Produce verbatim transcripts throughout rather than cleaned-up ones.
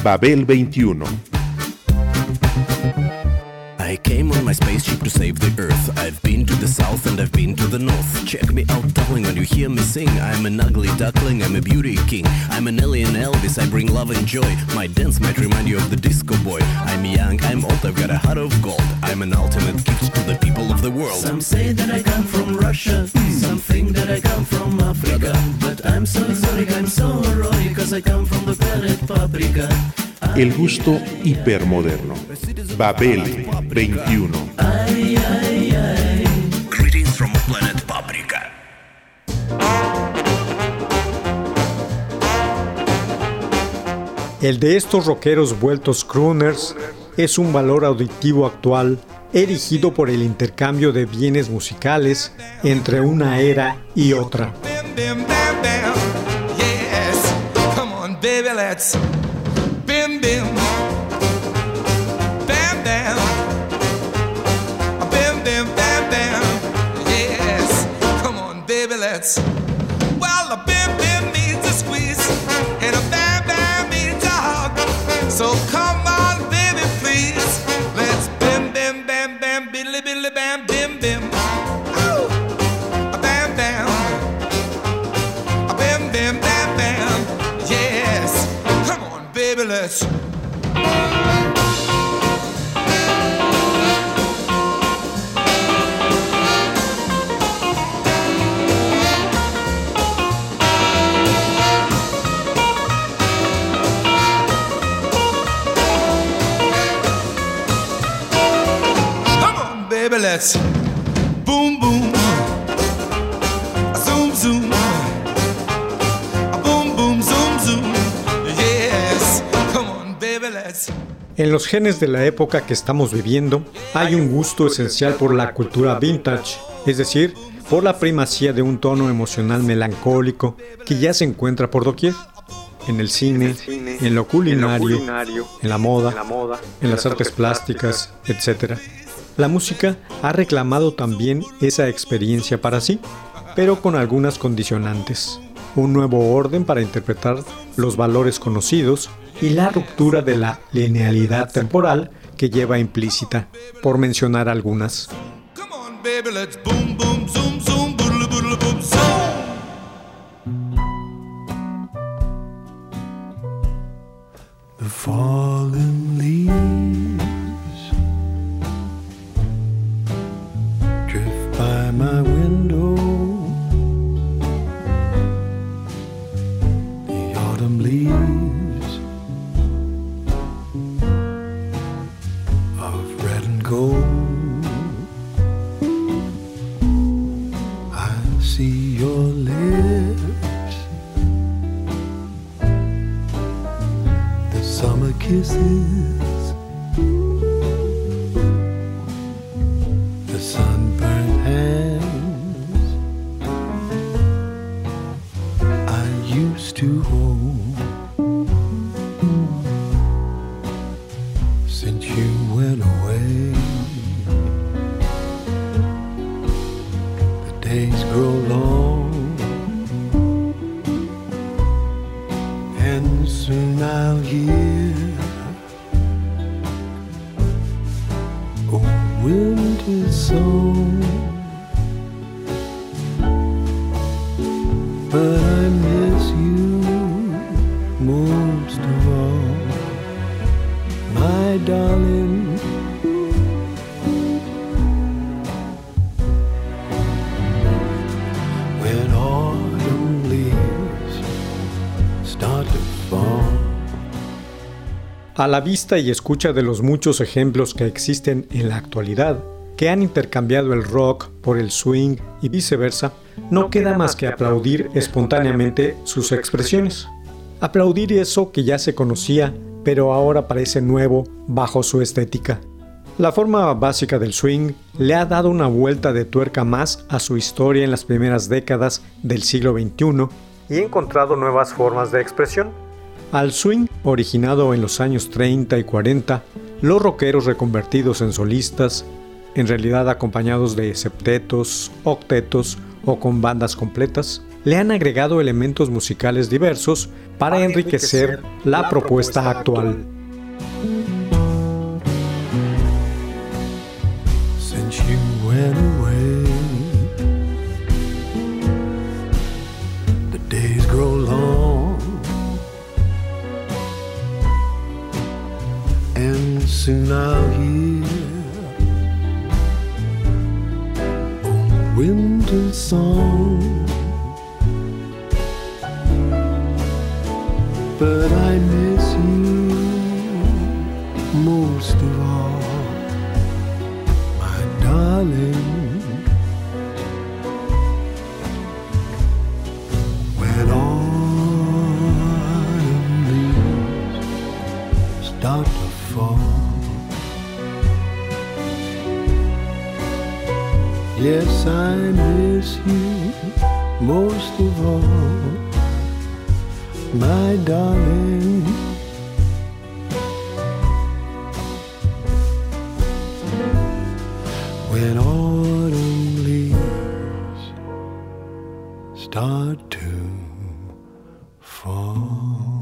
Babel veintiuno. I came on my spaceship to save the Earth. I've been to the south and I've been to the north. Check me out, darling, when you hear me sing. I'm an ugly duckling, I'm a beauty king. I'm an alien Elvis, I bring love and joy. My dance might remind you of the disco boy. I'm young, I'm old, I've got a heart of gold. I'm an ultimate gift to the people of the world. Some say that I come from Russia, some think that I come from Africa. But I'm so exotic, I'm so erotic, cause I come from the planet Paprika. El gusto hipermoderno. Babel veintiuno. Ay, ay, ay. Greetings from planet Paprika. El de estos rockeros vueltos crooners es un valor auditivo actual erigido por el intercambio de bienes musicales entre una era y otra. Bim, bam, bam. Yes, come on, baby, let's bim, bim. Bam, bam. Bim, bim, bam, bam. Yes, come on, baby, let's. Well, a bim, bim means a squeeze, and a bam, bam means a hug. So come on, baby, please. Let's bim, bim, bam, bam, biddly, biddly, bam, bim, bim. Ooh. A bam, bam. A bam, bam, bam, bam. Yes. Come on, baby, let's. Baby, let's boom, boom, zoom, zoom, boom, boom, zoom, zoom, yes, come on, baby, let's. En los genes de la época que estamos viviendo, hay un gusto esencial por la cultura vintage, es decir, por la primacía de un tono emocional melancólico que ya se encuentra por doquier. En el cine, en lo culinario, en la moda, en las artes plásticas, etcétera. La música ha reclamado también esa experiencia para sí, pero con algunas condicionantes. Un nuevo orden para interpretar los valores conocidos y la ruptura de la linealidad temporal que lleva implícita, por mencionar algunas. Come on, baby, let's boom, boom, zoom, zoom, boodle, boodle, boom, zoom. The fallen leaves drift by my window. The autumn leaves of red and gold. I see your lips, the summer kisses, the sunburned hands I used to hold. Since you went away, the days grow long, and soon I'll hear a winter song. But I miss you most of all, my darling. When autumn leaves start to fall. A la vista y escucha de los muchos ejemplos que existen en la actualidad, que han intercambiado el rock por el swing y viceversa, no queda más que aplaudir espontáneamente sus expresiones. Aplaudir eso que ya se conocía, pero ahora parece nuevo bajo su estética. La forma básica del swing le ha dado una vuelta de tuerca más a su historia en las primeras décadas del siglo veintiuno y ha encontrado nuevas formas de expresión. Al swing, originado en los años treinta y cuarenta, los rockeros reconvertidos en solistas, en realidad acompañados de septetos, octetos o con bandas completas, le han agregado elementos musicales diversos para enriquecer la propuesta actual. Since you went away, the days grow long, and soon I'll hear a winter song. But I miss you most of all, my darling. When autumn leaves start to fall, yes, I miss you most of all, my darling. When autumn leaves start to fall.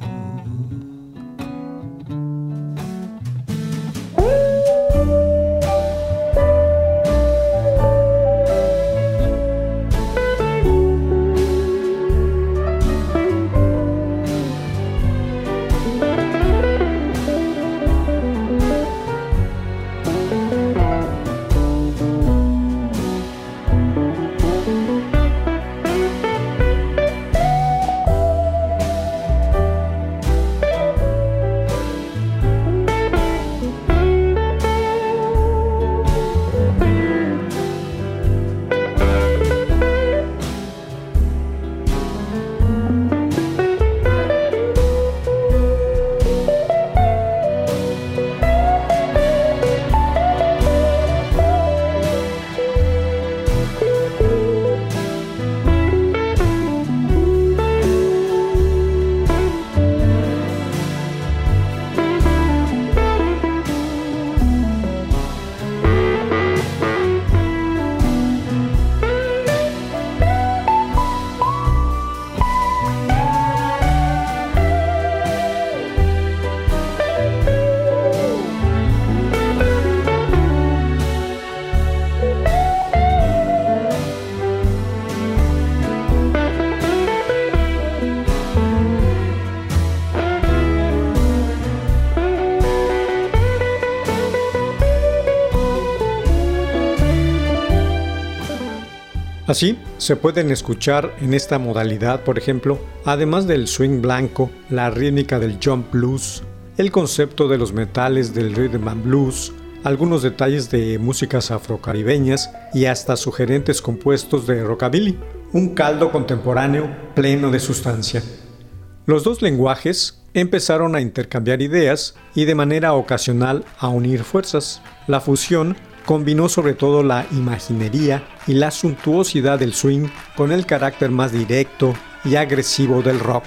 Así, se pueden escuchar en esta modalidad, por ejemplo, además del swing blanco, la rítmica del jump blues, el concepto de los metales del rhythm and blues, algunos detalles de músicas afrocaribeñas y hasta sugerentes compuestos de rockabilly, un caldo contemporáneo pleno de sustancia. Los dos lenguajes empezaron a intercambiar ideas y de manera ocasional a unir fuerzas. La fusión combinó sobre todo la imaginería y la suntuosidad del swing con el carácter más directo y agresivo del rock.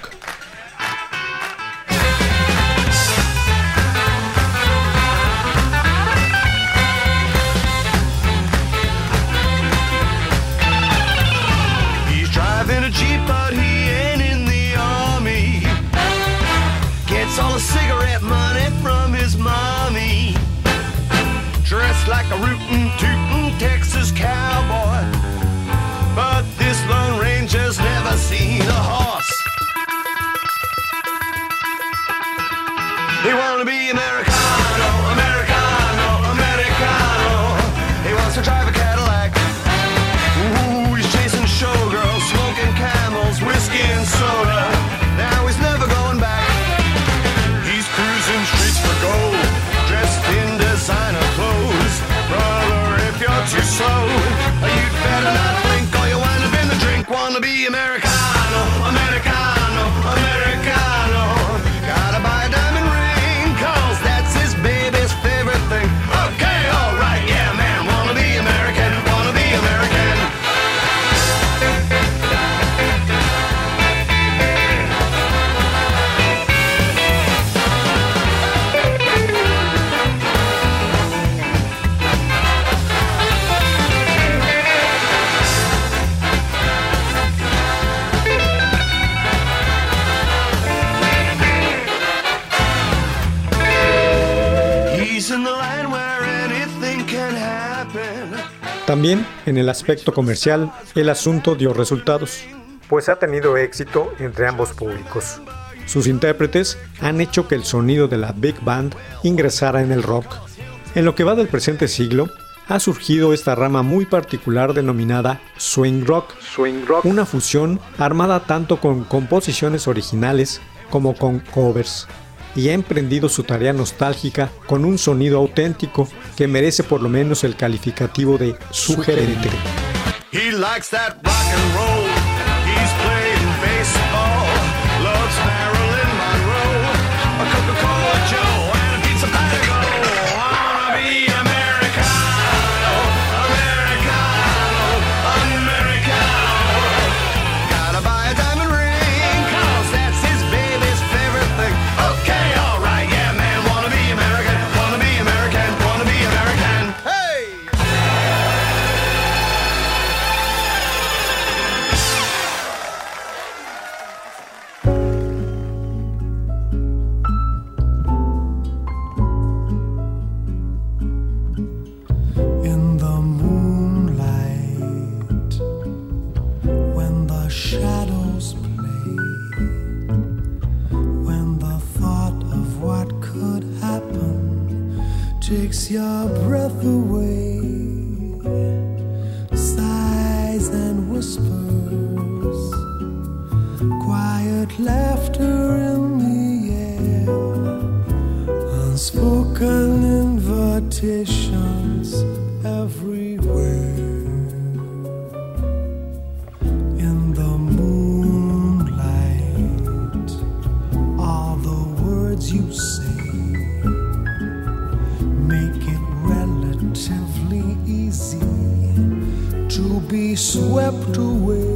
He's driving a Jeep but he ain't in the army. Gets all the cigarette money from his mommy. Dressed like a rootin' tootin' Texas cowboy, but this Lone Ranger's never seen a horse. He wanna be Americano, Americano, Americano. He wants to drive a Cadillac. Ooh, he's chasing showgirls, smoking Camels, whiskey and soda. Now he's never going back. He's cruising streets for gold, dressed in designer clothes. Brother, if you're too slow, you'd better not blink or you'll wind up in the drink. Wanna be Americano, Americano, Americano. Gotta buy a diamond ring, cause that's his baby's favorite thing. Okay, alright, yeah man, wanna be American, wanna be American. También, en el aspecto comercial, el asunto dio resultados, pues ha tenido éxito entre ambos públicos. Sus intérpretes han hecho que el sonido de la Big Band ingresara en el rock. En lo que va del presente siglo, ha surgido esta rama muy particular denominada swing rock, swing rock, una fusión armada tanto con composiciones originales como con covers, y ha emprendido su tarea nostálgica con un sonido auténtico que merece por lo menos el calificativo de sugerente. He likes that rock and roll. He's playing baseball. Loves Marilyn Monroe. A Coca-Cola Joe and a pizza Patago. I wanna be Americano, Americano, Americano. Gotta buy a diamond ring, cause that's his baby's favorite thing. Okay, alright, yeah man, wanna be American, wanna be American, wanna be American. Hey! In the moonlight, when the shadows play, when the thought of what could happen takes your breath away, sighs and whispers, quiet laughter in the air, unspoken invitations everywhere. In the moonlight, all the words you say make it relatively easy to be swept away.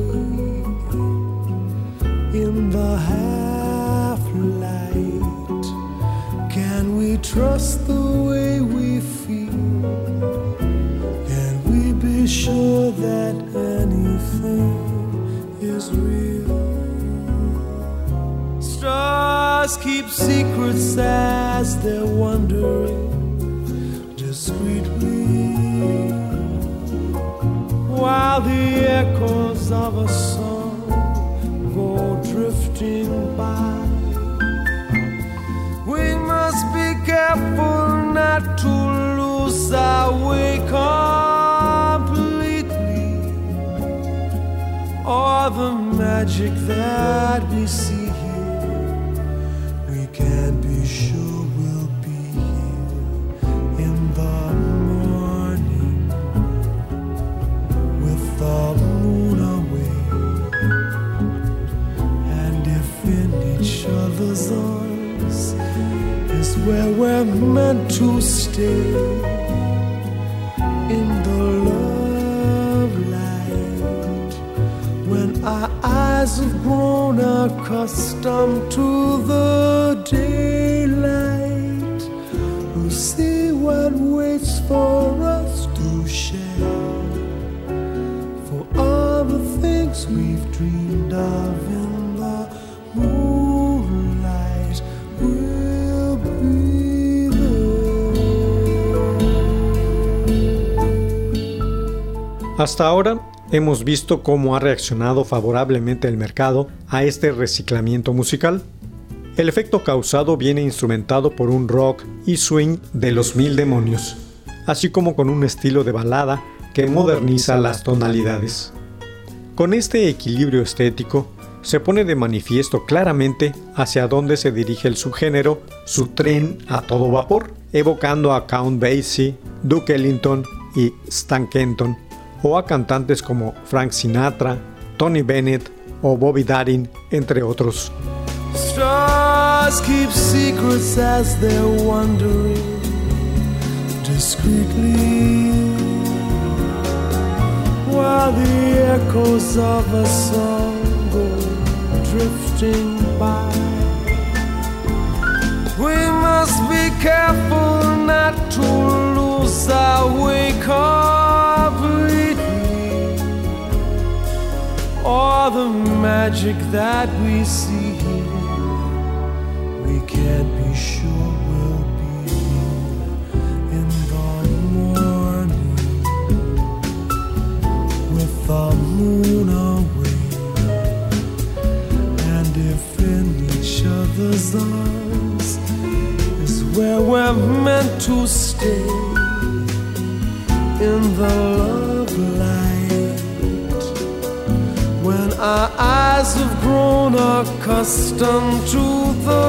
In the half light, can we trust the way we feel? Can we be sure that anything is real? Stars keep secrets as they're wandering discreetly, while the echoes of a song go drifting by. We must be careful not to lose our way completely, or the magic that we see here, we can't be sure we'll be here in the morning with the moon away, and if in each other's arms is where we're meant to stay. In the love light, when our eyes have grown accustomed to the daylight, we'll see what waits for us to share, for all the things we've dreamed of in the moonlight will be there. Hasta ahora hemos visto cómo ha reaccionado favorablemente el mercado a este reciclamiento musical. El efecto causado viene instrumentado por un rock y swing de los mil demonios, así como con un estilo de balada que moderniza las tonalidades. Con este equilibrio estético, se pone de manifiesto claramente hacia dónde se dirige el subgénero, su tren a todo vapor, evocando a Count Basie, Duke Ellington y Stan Kenton, o a cantantes como Frank Sinatra, Tony Bennett o Bobby Darin, entre otros. Stars keep secrets as they're wandering discreetly, while the echoes of a song go drifting by. We must be careful not to lose our way completely, or the magic that we see here, we can't be sure we'll be here in the morning the moon away, and if in each other's arms is where we're meant to stay, in the love light, when our eyes have grown accustomed to the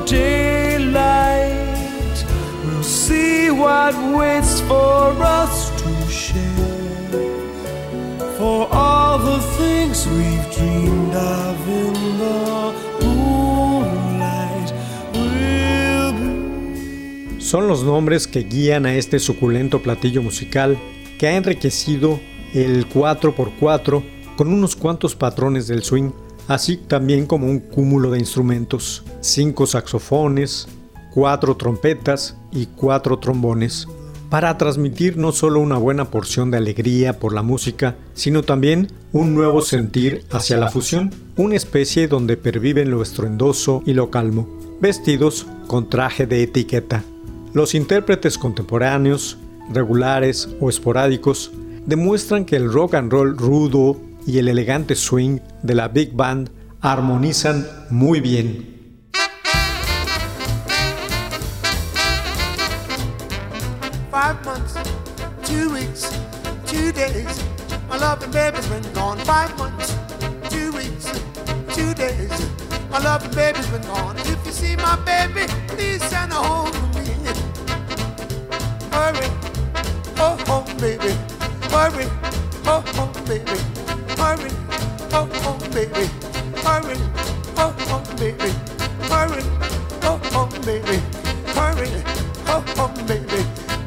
daylight, we'll see what waits for us to share, for all the things we've dreamed of in the moonlight will be. Son los nombres que guían a este suculento platillo musical que ha enriquecido el cuatro por cuatro con unos cuantos patrones del swing, así también como un cúmulo de instrumentos, cinco saxofones, cuatro trompetas y cuatro trombones, para transmitir no solo una buena porción de alegría por la música, sino también un nuevo sentir hacia la fusión, una especie donde perviven lo estruendoso y lo calmo, vestidos con traje de etiqueta. Los intérpretes contemporáneos, regulares o esporádicos, demuestran que el rock and roll rudo y el elegante swing de la big band armonizan muy bien. Five months, two weeks, two days. My loving baby's been gone. Five months, two weeks, two days. My loving baby's been gone. If you see my baby, please send her home to me. Hurry, oh home, baby. Hurry, oh home, baby. Hurry, oh home, baby. Hurry, oh home, baby. Hurry, oh home, baby. Hurry, oh home, baby.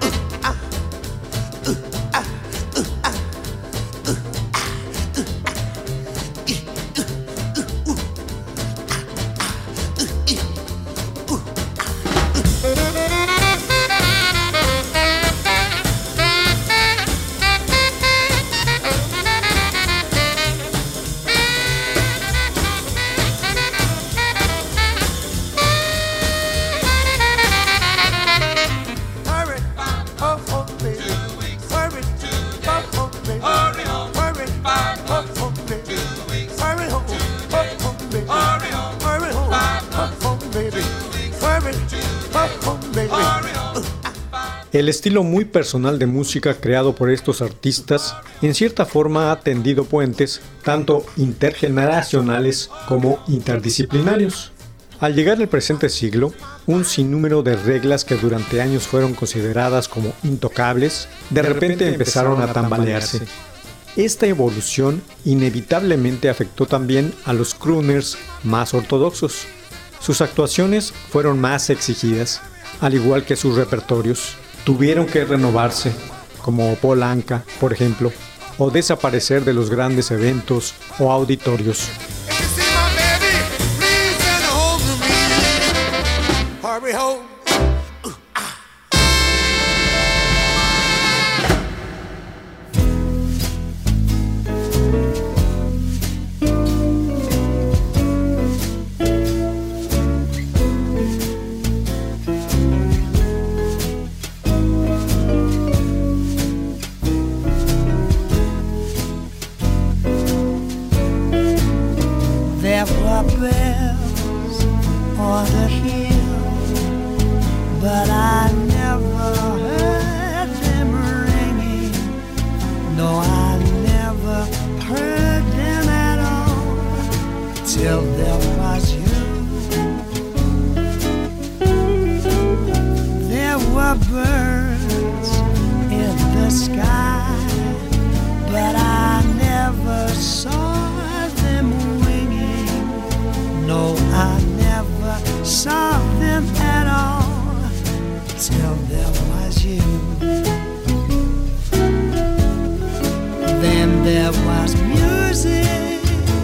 El estilo muy personal de música creado por estos artistas en cierta forma ha tendido puentes tanto intergeneracionales como interdisciplinarios. Al llegar el presente siglo, un sinnúmero de reglas que durante años fueron consideradas como intocables, de repente empezaron a tambalearse. Esta evolución inevitablemente afectó también a los crooners más ortodoxos. Sus actuaciones fueron más exigidas, al igual que sus repertorios. Tuvieron que renovarse, como Paul Anka, por ejemplo, o desaparecer de los grandes eventos o auditorios. There were bells on the hill, but I never heard them ringing. No, I never heard them at all till there was you. There were birds in the sky, but I never saw them winging. No, I never saw them at all till there was you. Then there was music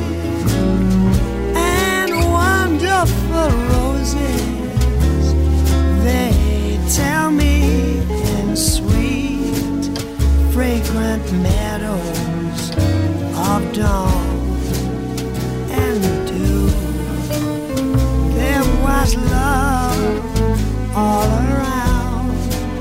and wonderful roses. They tell me in sweet, fragrant meadows of dawn and dew. There was love all around,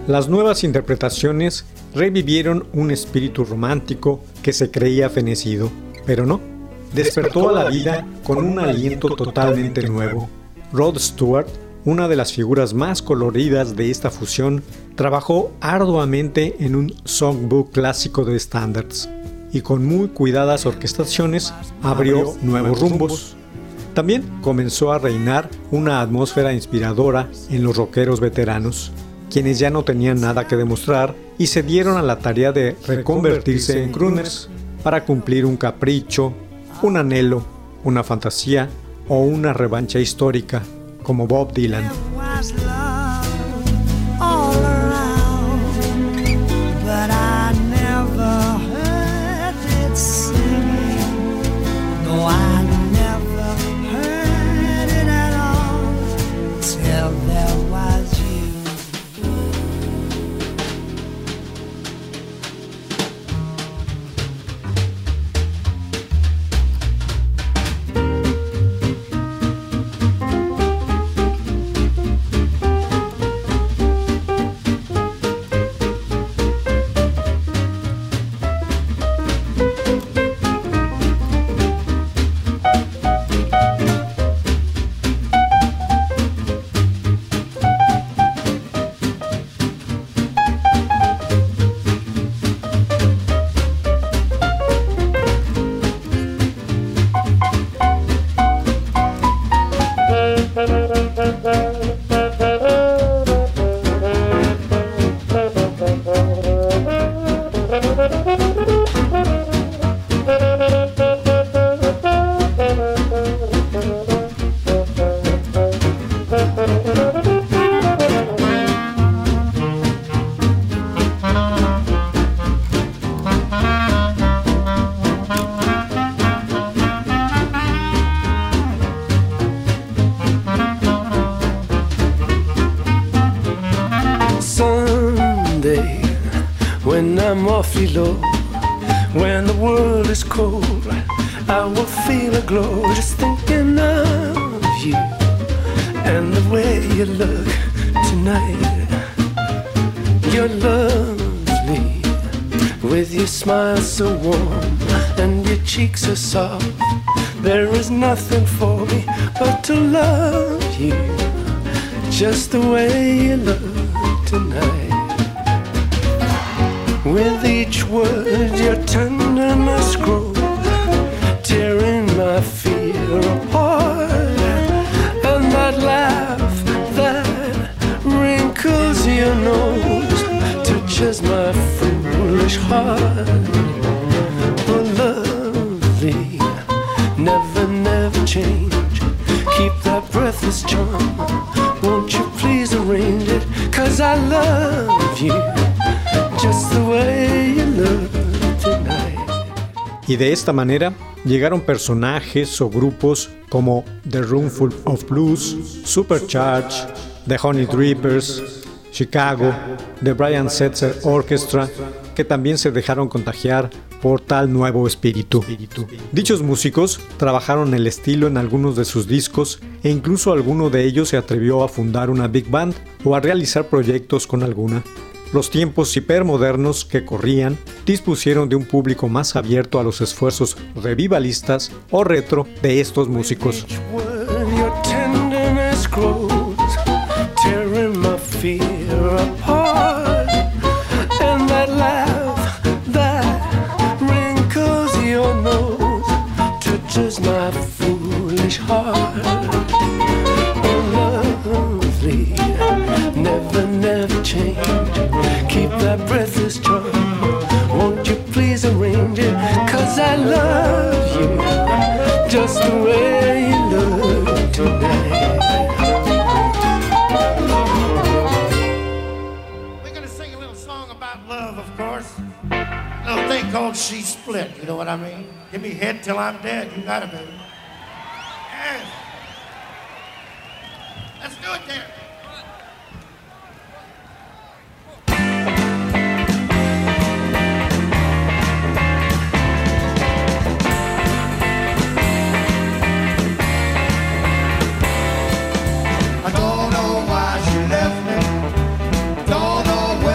Las nuevas interpretaciones revivieron un espíritu romántico que se creía fenecido, pero no, despertó a la vida con un aliento totalmente nuevo. Rod Stewart, una de las figuras más coloridas de esta fusión, trabajó arduamente en un songbook clásico de estándares y con muy cuidadas orquestaciones abrió nuevos rumbos. También comenzó a reinar una atmósfera inspiradora en los rockeros veteranos, quienes ya no tenían nada que demostrar y se dieron a la tarea de reconvertirse en crooners para cumplir un capricho, un anhelo, una fantasía o una revancha histórica, como Bob Dylan. When I'm awfully low, when the world is cold, I will feel a glow just thinking of you and the way you look tonight. You're lovely with your smile so warm and your cheeks are soft. There is nothing for me but to love you just the way you look tonight. With each word your tenderness grows, tearing my fear apart. And that laugh that wrinkles your nose touches my foolish heart. Oh, lovely, never, never change. Keep that breathless charm. Won't you please arrange it? 'Cause I love you just the way you look tonight. Y de esta manera llegaron personajes o grupos como The Roomful of Blues, Supercharged, The Honey Drippers, Chicago, The Brian Setzer Orchestra, que también se dejaron contagiar por tal nuevo espíritu. Dichos músicos trabajaron el estilo en algunos de sus discos e incluso alguno de ellos se atrevió a fundar una big band o a realizar proyectos con alguna. Los tiempos hipermodernos que corrían dispusieron de un público más abierto a los esfuerzos revivalistas o retro de estos músicos. Never, never change. Keep that breathless charm. Won't you please arrange it? 'Cause I love you just the way you look tonight. We're gonna sing a little song about love, of course. A little thing called She Split, you know what I mean? Give me head till I'm dead, you got it, baby. Yes. Let's do it there. I don't know why she left me. Don't know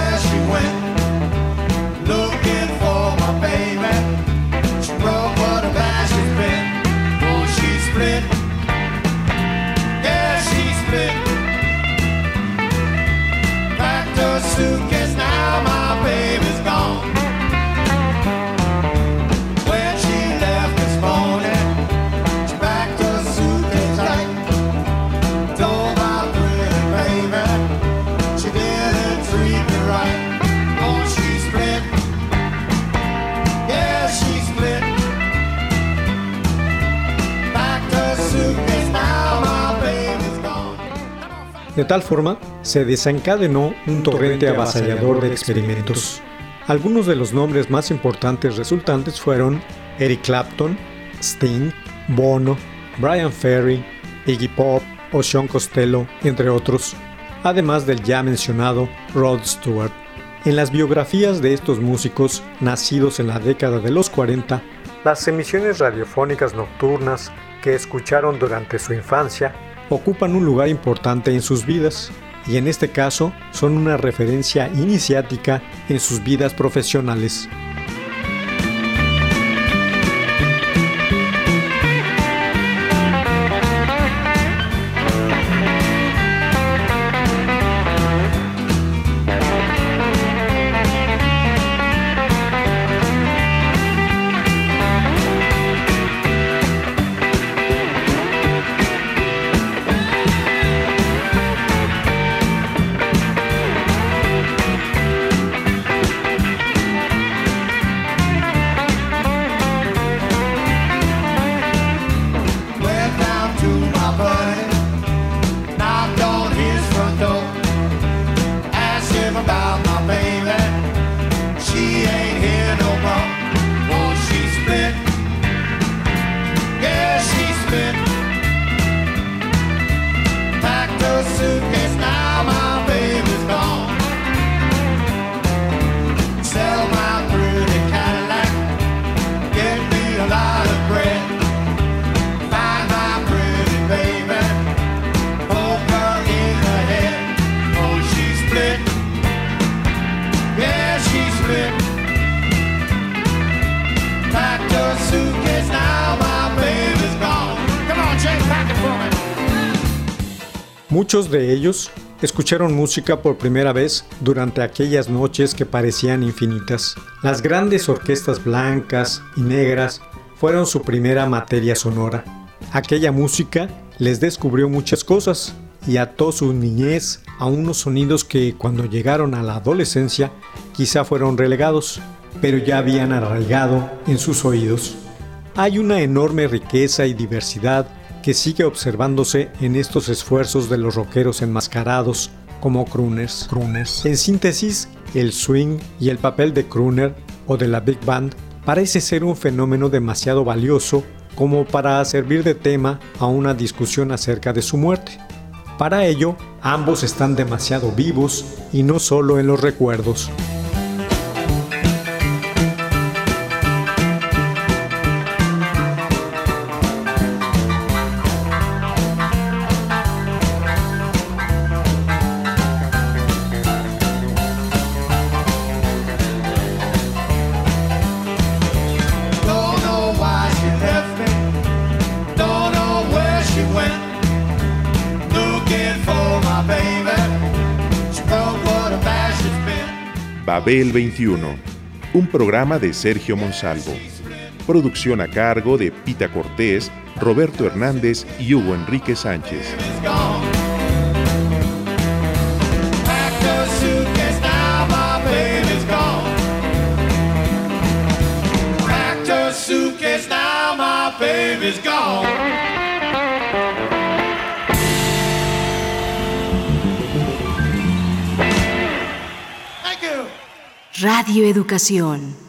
De tal forma, se desencadenó un torrente avasallador de experimentos. Algunos de los nombres más importantes resultantes fueron Eric Clapton, Sting, Bono, Bryan Ferry, Iggy Pop o Sean Costello, entre otros, además del ya mencionado Rod Stewart. En las biografías de estos músicos, nacidos en la década de los cuarenta, las emisiones radiofónicas nocturnas que escucharon durante su infancia ocupan un lugar importante en sus vidas, y en este caso son una referencia iniciática en sus vidas profesionales. Muchos de ellos escucharon música por primera vez durante aquellas noches que parecían infinitas. Las grandes orquestas blancas y negras fueron su primera materia sonora. Aquella música les descubrió muchas cosas y ató su niñez a unos sonidos que cuando llegaron a la adolescencia quizá fueron relegados, pero ya habían arraigado en sus oídos. Hay una enorme riqueza y diversidad que sigue observándose en estos esfuerzos de los rockeros enmascarados como crooners. crooners. En síntesis, el swing y el papel de crooner o de la big band parece ser un fenómeno demasiado valioso como para servir de tema a una discusión acerca de su muerte. Para ello, ambos están demasiado vivos y no solo en los recuerdos. Babel veintiuno, un programa de Sergio Monsalvo. Producción a cargo de Pita Cortés, Roberto Hernández y Hugo Enrique Sánchez. Radio Educación.